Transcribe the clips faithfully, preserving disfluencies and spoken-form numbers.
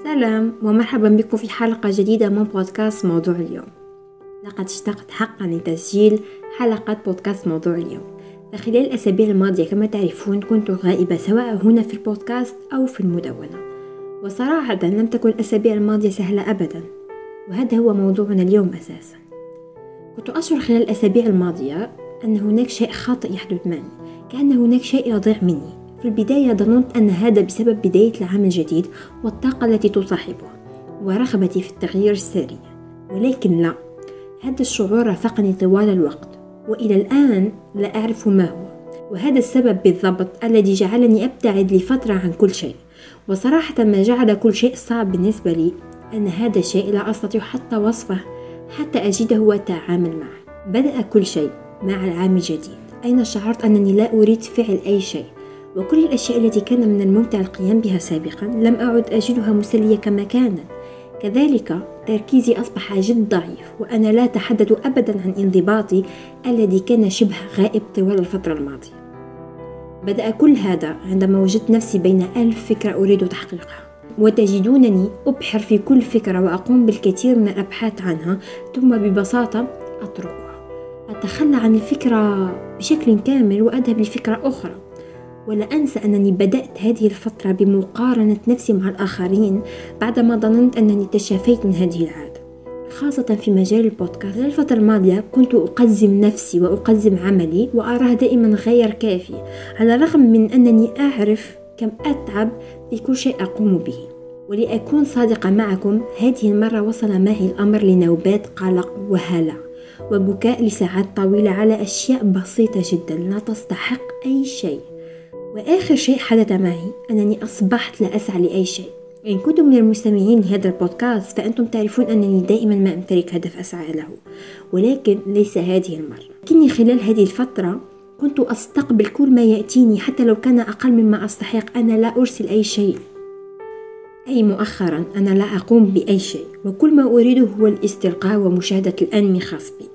سلام ومرحبا بكم في حلقة جديدة من بودكاست موضوع اليوم. لقد اشتقت حقا لتسجيل حلقة بودكاست موضوع اليوم. فخلال الأسابيع الماضية كما تعرفون كنت غائبة سواء هنا في البودكاست أو في المدونة، وصراحة لم تكن الأسابيع الماضية سهلة أبدا، وهذا هو موضوعنا اليوم أساسا. كنت أشعر خلال الأسابيع الماضية أن هناك شيء خاطئ يحدث معي، كأن هناك شيء يضيع مني. في البداية ظننت أن هذا بسبب بداية العام الجديد والطاقة التي تصاحبه ورغبتي في التغيير السريع، ولكن لا، هذا الشعور رافقني طوال الوقت وإلى الآن لا أعرف ما هو، وهذا السبب بالضبط الذي جعلني أبتعد لفترة عن كل شيء. وصراحة ما جعل كل شيء صعب بالنسبة لي أن هذا الشيء لا أستطيع حتى وصفه حتى أجده وأتعامل معه. بدأ كل شيء مع العام الجديد، أين شعرت أنني لا أريد فعل أي شيء، وكل الأشياء التي كان من الممتع القيام بها سابقا لم أعد أجدها مسلية كما كانت. كذلك تركيزي أصبح جد ضعيف، وأنا لا أتحدث أبدا عن انضباطي الذي كان شبه غائب طوال الفترة الماضية. بدأ كل هذا عندما وجدت نفسي بين ألف فكرة أريد تحقيقها، وتجدونني أبحر في كل فكرة وأقوم بالكثير من الأبحاث عنها، ثم ببساطة أتركها، أتخلى عن الفكرة بشكل كامل وأذهب لفكرة أخرى. ولا أنسى أنني بدأت هذه الفترة بمقارنة نفسي مع الآخرين بعدما ظننت أنني تشافيت من هذه العادة، خاصة في مجال البودكاست. الفترة الماضية كنت أقزم نفسي وأقزم عملي وأراه دائما غير كافي، على الرغم من أنني أعرف كم أتعب في كل شيء أقوم به. ولأكون صادقة معكم، هذه المرة وصل معي الأمر لنوبات قلق وهلع وبكاء لساعات طويلة على أشياء بسيطة جدا لا تستحق أي شيء. وآخر شيء حدث معي أنني أصبحت لا أسعى لأي شيء. إن كنتم من المستمعين لهذا البودكاست فأنتم تعرفون أنني دائما ما أمتلك هدف أسعى له، ولكن ليس هذه المرة. لكني خلال هذه الفترة كنت أستقبل كل ما يأتيني حتى لو كان أقل مما أستحق. أنا لا أرسل أي شيء، أي مؤخرا أنا لا أقوم بأي شيء، وكل ما أريده هو الاسترخاء ومشاهدة الأنمي خاص بي.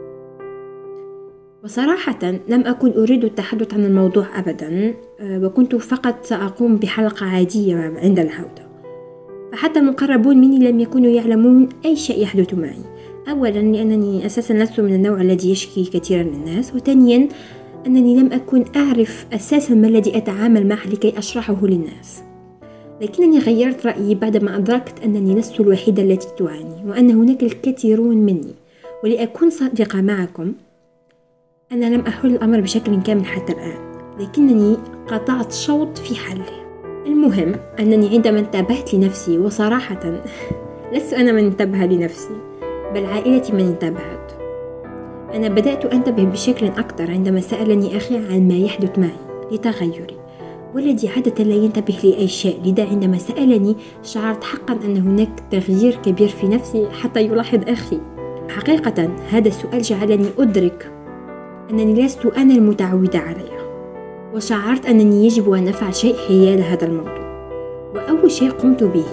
وصراحة لم أكن أريد التحدث عن الموضوع أبدا، وكنت فقط سأقوم بحلقة عادية عند العودة. فحتى المقربون مني لم يكونوا يعلمون أي شيء يحدث معي، أولا لأنني أساسا لست من النوع الذي يشكي كثيرا من الناس، وثانيا أنني لم أكن أعرف أساسا ما الذي أتعامل معه لكي أشرحه للناس. لكنني غيرت رأيي بعدما أدركت أنني لست الوحيدة التي تعاني، وأن هناك الكثيرون مني. ولأكون صادقة معكم، أنا لم أحل الأمر بشكل كامل حتى الآن، لكنني قطعت شوط في حله. المهم أنني عندما انتبهت لنفسي، وصراحة لست أنا من انتبه لنفسي بل عائلتي من انتبهت، أنا بدأت أنتبه بشكل أكثر عندما سألني أخي عن ما يحدث معي لتغيري، والذي عادة لا ينتبه لأي شيء. لذا عندما سألني شعرت حقا أن هناك تغيير كبير في نفسي حتى يلاحظ أخي. حقيقة هذا السؤال جعلني أدرك أنني لست أنا المتعودة عليها، وشعرت أنني يجب أن أفعل شيء حيال هذا الموضوع. وأول شيء قمت به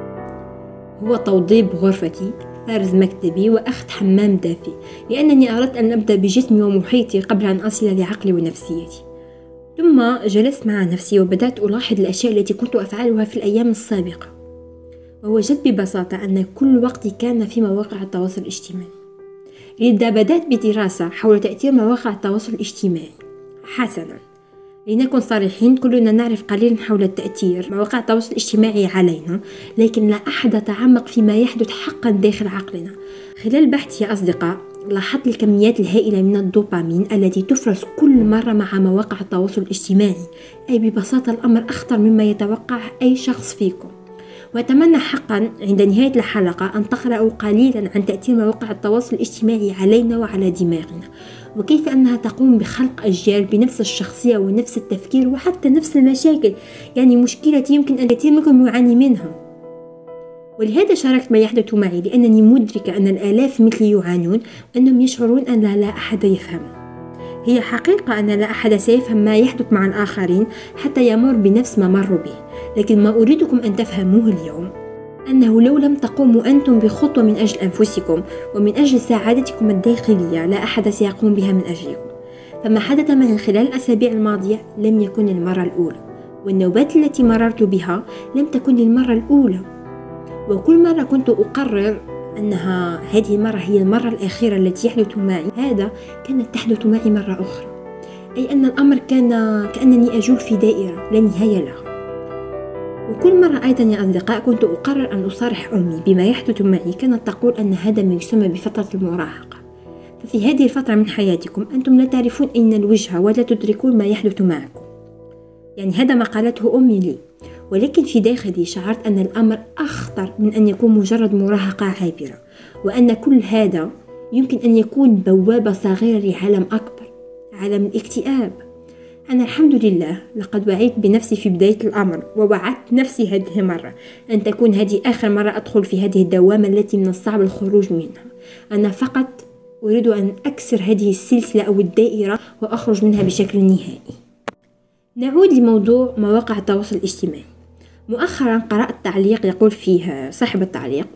هو توضيب غرفتي، فرز مكتبي، وأخذ حمام دافئ، لأنني أردت أن أبدأ بجسمي ومحيطي قبل أن أصل لعقلي ونفسيتي. ثم جلست مع نفسي وبدأت ألاحظ الأشياء التي كنت أفعلها في الأيام السابقة، ووجدت ببساطة أن كل وقتي كان في مواقع التواصل الاجتماعي. لذا بدأت بدراسة حول تأثير مواقع التواصل الاجتماعي. حسنا، لنكن صريحين، كلنا نعرف قليلا حول التأثير مواقع التواصل الاجتماعي علينا، لكن لا أحد تعمق فيما يحدث حقا داخل عقلنا. خلال بحثي يا أصدقاء لاحظت الكميات الهائلة من الدوبامين التي تفرز كل مرة مع مواقع التواصل الاجتماعي، أي ببساطة الأمر أخطر مما يتوقع أي شخص فيكم. وأتمنى حقا عند نهاية الحلقة أن تقرأوا قليلا عن تأثير مواقع التواصل الاجتماعي علينا وعلى دماغنا، وكيف أنها تقوم بخلق أجيال بنفس الشخصية ونفس التفكير وحتى نفس المشاكل، يعني مشكلة يمكن أن كثير منكم يعاني منها. ولهذا شاركت ما يحدث معي، لأنني مدركة أن الآلاف مثلي يعانون، أنهم يشعرون أن لا, لا أحد يفهم. هي حقيقة أن لا أحد سيفهم ما يحدث مع الآخرين حتى يمر بنفس ما مروا به، لكن ما أريدكم أن تفهموه اليوم أنه لو لم تقوموا أنتم بخطوة من أجل أنفسكم ومن أجل سعادتكم الداخلية، لا أحد سيقوم بها من أجلكم. فما حدث معي خلال الأسابيع الماضية لم يكن المرة الأولى، والنوبات التي مررت بها لم تكن للمرة الأولى. وكل مرة كنت أقرر أنها هذه المرة هي المرة الأخيرة التي يحدث معي هذا، كانت تحدث معي مرة أخرى، أي أن الأمر كان كأنني أجول في دائرة لا نهاية لها. وكل مرة أيضا يا أصدقاء كنت أقرر أن أصارح أمي بما يحدث معي، كانت تقول أن هذا ما يسمى بفترة المراهقة. ففي هذه الفترة من حياتكم أنتم لا تعرفون أين الوجهة ولا تدركون ما يحدث معكم. يعني هذا ما قالته أمي لي، ولكن في داخلي شعرت أن الأمر أخطر من أن يكون مجرد مراهقة عابرة، وأن كل هذا يمكن أن يكون بوابة صغيرة لعالم أكبر، عالم الاكتئاب. أنا الحمد لله لقد وعيت بنفسي في بداية الأمر، ووعدت نفسي هذه المرة أن تكون هذه آخر مرة أدخل في هذه الدوامة التي من الصعب الخروج منها. أنا فقط أريد أن أكسر هذه السلسلة أو الدائرة وأخرج منها بشكل نهائي. نعود لموضوع مواقع التواصل الاجتماعي. مؤخرا قرأت تعليق يقول فيه صاحب التعليق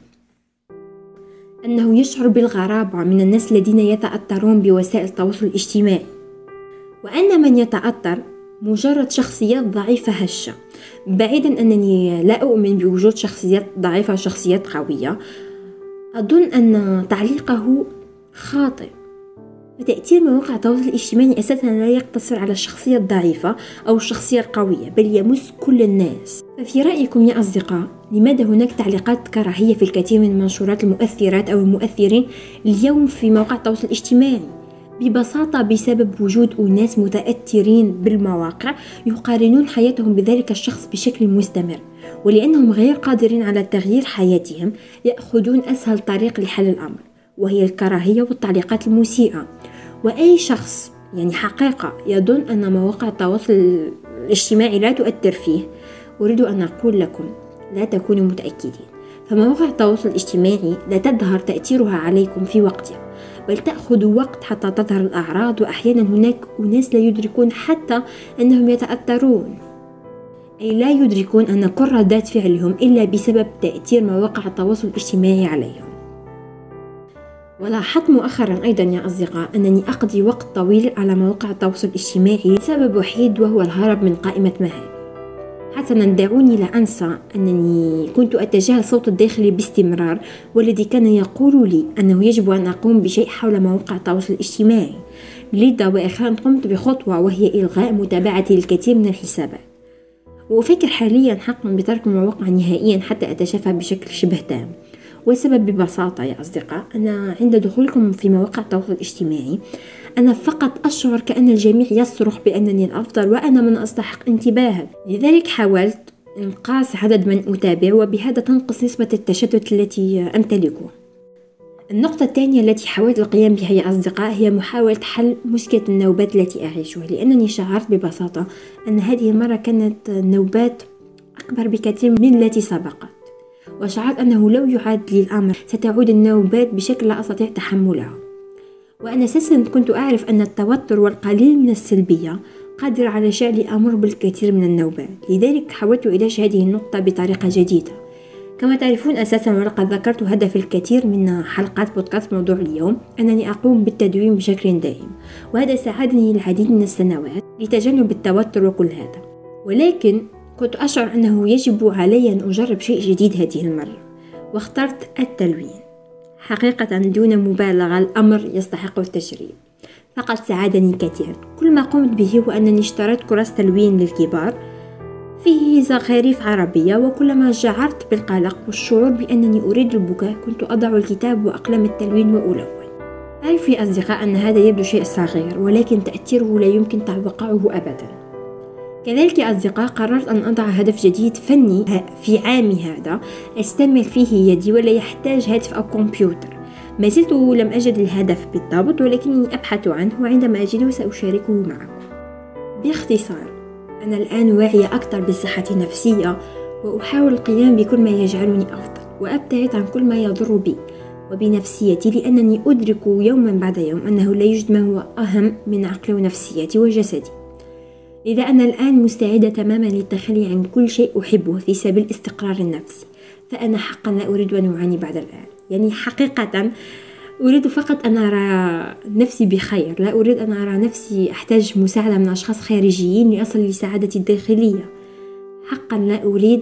أنه يشعر بالغرابة من الناس الذين يتأثرون بوسائل التواصل الاجتماعي، وأن من يتأثر مجرد شخصيات ضعيفة هشة. بعيدا أنني لا أؤمن بوجود شخصيات ضعيفة وشخصيات قوية، أظن أن تعليقه خاطئ. فتأثير مواقع التواصل الاجتماعي أساسا لا يقتصر على الشخصية الضعيفة أو الشخصية القوية، بل يمس كل الناس. ففي رأيكم يا أصدقاء، لماذا هناك تعليقات كراهية في الكثير من منشورات المؤثرات أو المؤثرين اليوم في مواقع التواصل الاجتماعي؟ ببساطة بسبب وجود أناس متأثرين بالمواقع يقارنون حياتهم بذلك الشخص بشكل مستمر، ولأنهم غير قادرين على تغيير حياتهم يأخذون أسهل طريق لحل الأمر، وهي الكراهية والتعليقات المسيئة. وأي شخص يعني حقيقة يظن أن مواقع التواصل الاجتماعي لا تؤثر فيه، أريد أن أقول لكم لا تكونوا متأكدين. فمواقع التواصل الاجتماعي لا تظهر تأثيرها عليكم في وقتها، بل تأخذ وقت حتى تظهر الأعراض. وأحيانا هناك أناس لا يدركون حتى أنهم يتأثرون، أي لا يدركون أن كل ردات فعلهم إلا بسبب تأثير مواقع التواصل الاجتماعي عليهم. ولاحظت مؤخرا أيضا يا أصدقاء أنني أقضي وقت طويل على مواقع التواصل الاجتماعي لسبب وحيد، وهو الهرب من قائمة مهام. حسنا، دعوني لا أنسى أنني كنت أتجاهل الصوت الداخلي باستمرار، والذي كان يقول لي أنه يجب أن أقوم بشيء حول مواقع التواصل الاجتماعي. لذا وأخيرا قمت بخطوة، وهي إلغاء متابعتي للكثير من الحسابات. وأفكر حاليا حقا بترك المواقع نهائيا حتى أتشافى بشكل شبه تام. والسبب ببساطة يا أصدقاء، أنا عند دخولكم في مواقع التواصل الاجتماعي أنا فقط أشعر كأن الجميع يصرخ بأنني الأفضل وأنا من أستحق انتباهه. لذلك حاولت إنقاص عدد من أتابع، وبهذا تنقص نسبة التشتت التي أمتلكه. النقطة الثانية التي حاولت القيام بها يا أصدقاء هي محاولة حل مشكلة النوبات التي أعيشها، لأنني شعرت ببساطة أن هذه المرة كانت النوبات أكبر بكثير من التي سبقت، وشعرت أنه لو يعاد لي الأمر ستعود النوبات بشكل لا أستطيع تحملها. وأنا أساسا كنت أعرف أن التوتر والقليل من السلبية قادر على جعلي أمر بالكثير من النوبات. لذلك حاولت علاج هذه النقطة بطريقة جديدة. كما تعرفون أساسا، ولقد ذكرت هذا في الكثير من حلقات بودكاست موضوع اليوم، أنني أقوم بالتدوين بشكل دائم، وهذا ساعدني العديد من السنوات لتجنب التوتر وكل هذا. ولكن كنت أشعر أنه يجب علي أن أجرب شيء جديد هذه المرة، واخترت التلوين. حقيقة دون مبالغة الأمر يستحق التجريب، فقد ساعدني كثيرا. كل ما قمت به هو أنني اشتريت كراسة تلوين للكبار فيه زخارف عربية، وكلما شعرت بالقلق والشعور بأنني أريد البكاء كنت أضع الكتاب وأقلام التلوين وألون. أعرف يا أصدقاء أن هذا يبدو شيء صغير، ولكن تأثيره لا يمكن توقعه أبدا. كذلك يا أصدقاء قررت أن أضع هدف جديد فني في عامي هذا أستعمل فيه يدي ولا يحتاج هاتف أو كمبيوتر. ما زلت لم أجد الهدف بالضبط، ولكني أبحث عنه، وعندما أجده سأشاركه معكم. باختصار، أنا الآن واعية أكثر بصحتي النفسية، وأحاول القيام بكل ما يجعلني أفضل، وأبتعد عن كل ما يضر بي وبنفسيتي، لأنني أدرك يوما بعد يوم أنه لا يوجد ما هو أهم من عقلي ونفسيتي وجسدي. لذا أنا الآن مستعدة تماما للتخلي عن كل شيء أحبه في سبيل الاستقرار النفسي. فأنا حقا لا أريد أن أعاني بعد الآن، يعني حقيقة أريد فقط أن أرى نفسي بخير، لا أريد أن أرى نفسي أحتاج مساعدة من أشخاص خارجيين لأصل لسعادتي الداخلية. حقا لا أريد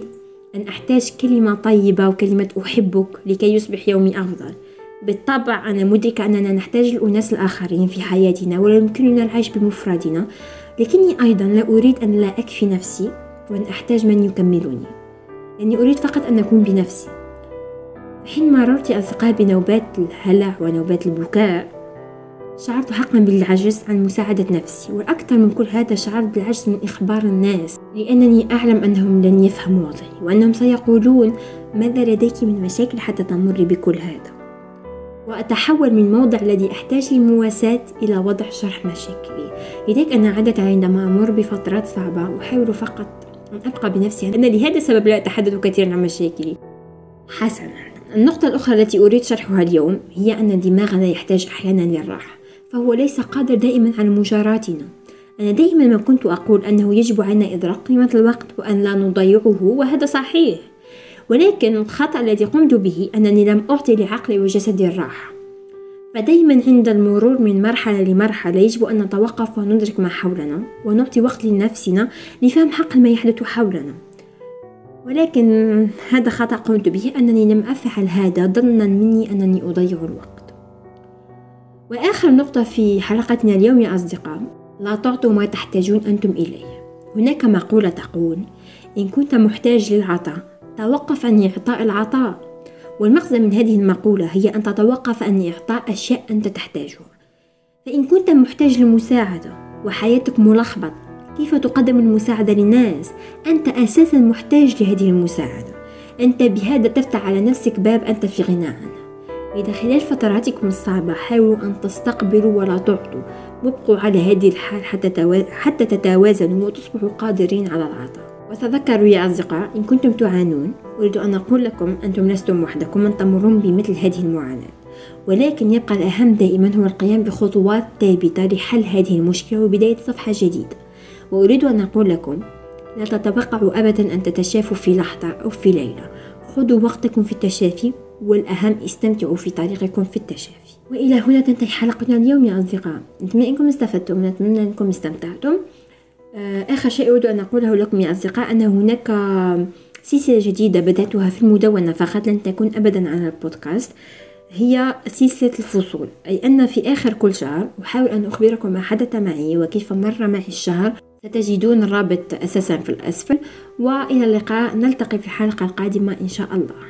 أن أحتاج كلمة طيبة وكلمة أحبك لكي يصبح يومي أفضل. بالطبع أنا مدركة أننا نحتاج الأناس الآخرين في حياتنا ولا يمكننا العيش بمفردنا، لكني أيضا لا أريد أن لا أكفي نفسي وأن أحتاج من يكملني، لأني أريد فقط أن أكون بنفسي. حين مررت أصدقائي بنوبات الهلع ونوبات البكاء شعرت حقا بالعجز عن مساعدة نفسي، والأكثر من كل هذا شعرت بالعجز من إخبار الناس، لأنني أعلم أنهم لن يفهموا وضعي وأنهم سيقولون ماذا لديك من مشاكل حتى تمر بكل هذا. وأتحول من موضع الذي أحتاج لمواساة إلى وضع شرح مشاكلي. لذلك أنا عادة عندما أمر بفترات صعبة أحاول فقط أن أبقى بنفسي، أنا لهذا السبب لا أتحدث كثيرا عن مشاكلي. حسنا، النقطة الأخرى التي أريد شرحها اليوم هي أن دماغنا يحتاج أحيانا للراحة، فهو ليس قادر دائما على مجاراتنا. أنا دائما ما كنت أقول أنه يجب علينا إدراك قيمة الوقت وأن لا نضيعه، وهذا صحيح، ولكن الخطأ الذي قمت به أنني لم أعطي لعقلي وجسدي الراحة. فدائما عند المرور من مرحلة لمرحلة يجب أن نتوقف وندرك ما حولنا ونعطي وقت لنفسنا لفهم حق ما يحدث حولنا. ولكن هذا خطأ قمت به، أنني لم أفعل هذا ظنا مني أنني أضيع الوقت. وآخر نقطة في حلقتنا اليوم يا أصدقاء، لا تعطوا ما تحتاجون أنتم إليه. هناك مقولة تقول إن كنت محتاج للعطاء توقف عن إعطاء العطاء. والمغزى من هذه المقولة هي أن تتوقف عن إعطاء أشياء أنت تحتاجها. فإن كنت محتاج لمساعدة وحياتك ملخبط، كيف تقدم المساعدة للناس؟ أنت أساسا محتاج لهذه المساعدة. أنت بهذا تفتح على نفسك باب أنت في غنى عنه. إذا خلال فتراتكم الصعبة حاولوا أن تستقبلوا ولا تعطوا، وابقوا على هذه الحال حتى حتى تتوازنوا وتصبحوا قادرين على العطاء. وتذكروا يا أصدقاء، إن كنتم تعانون أريد أن أقول لكم أنتم لستم وحدكم من تمرون بمثل هذه المعاناة، ولكن يبقى الأهم دائما هو القيام بخطوات ثابتة لحل هذه المشكلة وبداية صفحة جديدة. وأريد أن أقول لكم لا تتوقعوا أبدا أن تتشافوا في لحظة أو في ليلة. خذوا وقتكم في التشافي، والأهم استمتعوا في طريقكم في التشافي. وإلى هنا تنتهي حلقتنا اليوم يا أصدقاء. نتمنى أنكم استفدتم ونتمنى أنكم استمتعتم. آخر شيء أود أن أقوله لكم يا أصدقاء أن هناك سلسلة جديدة بدأتها في المدونة فقط، لن تكون أبدا على البودكاست، هي سلسلة الفصول، أي أن في آخر كل شهر أحاول أن أخبركم ما حدث معي وكيف مر معي الشهر. ستجدون الرابط أساسا في الأسفل. وإلى اللقاء، نلتقي في الحلقة القادمة إن شاء الله.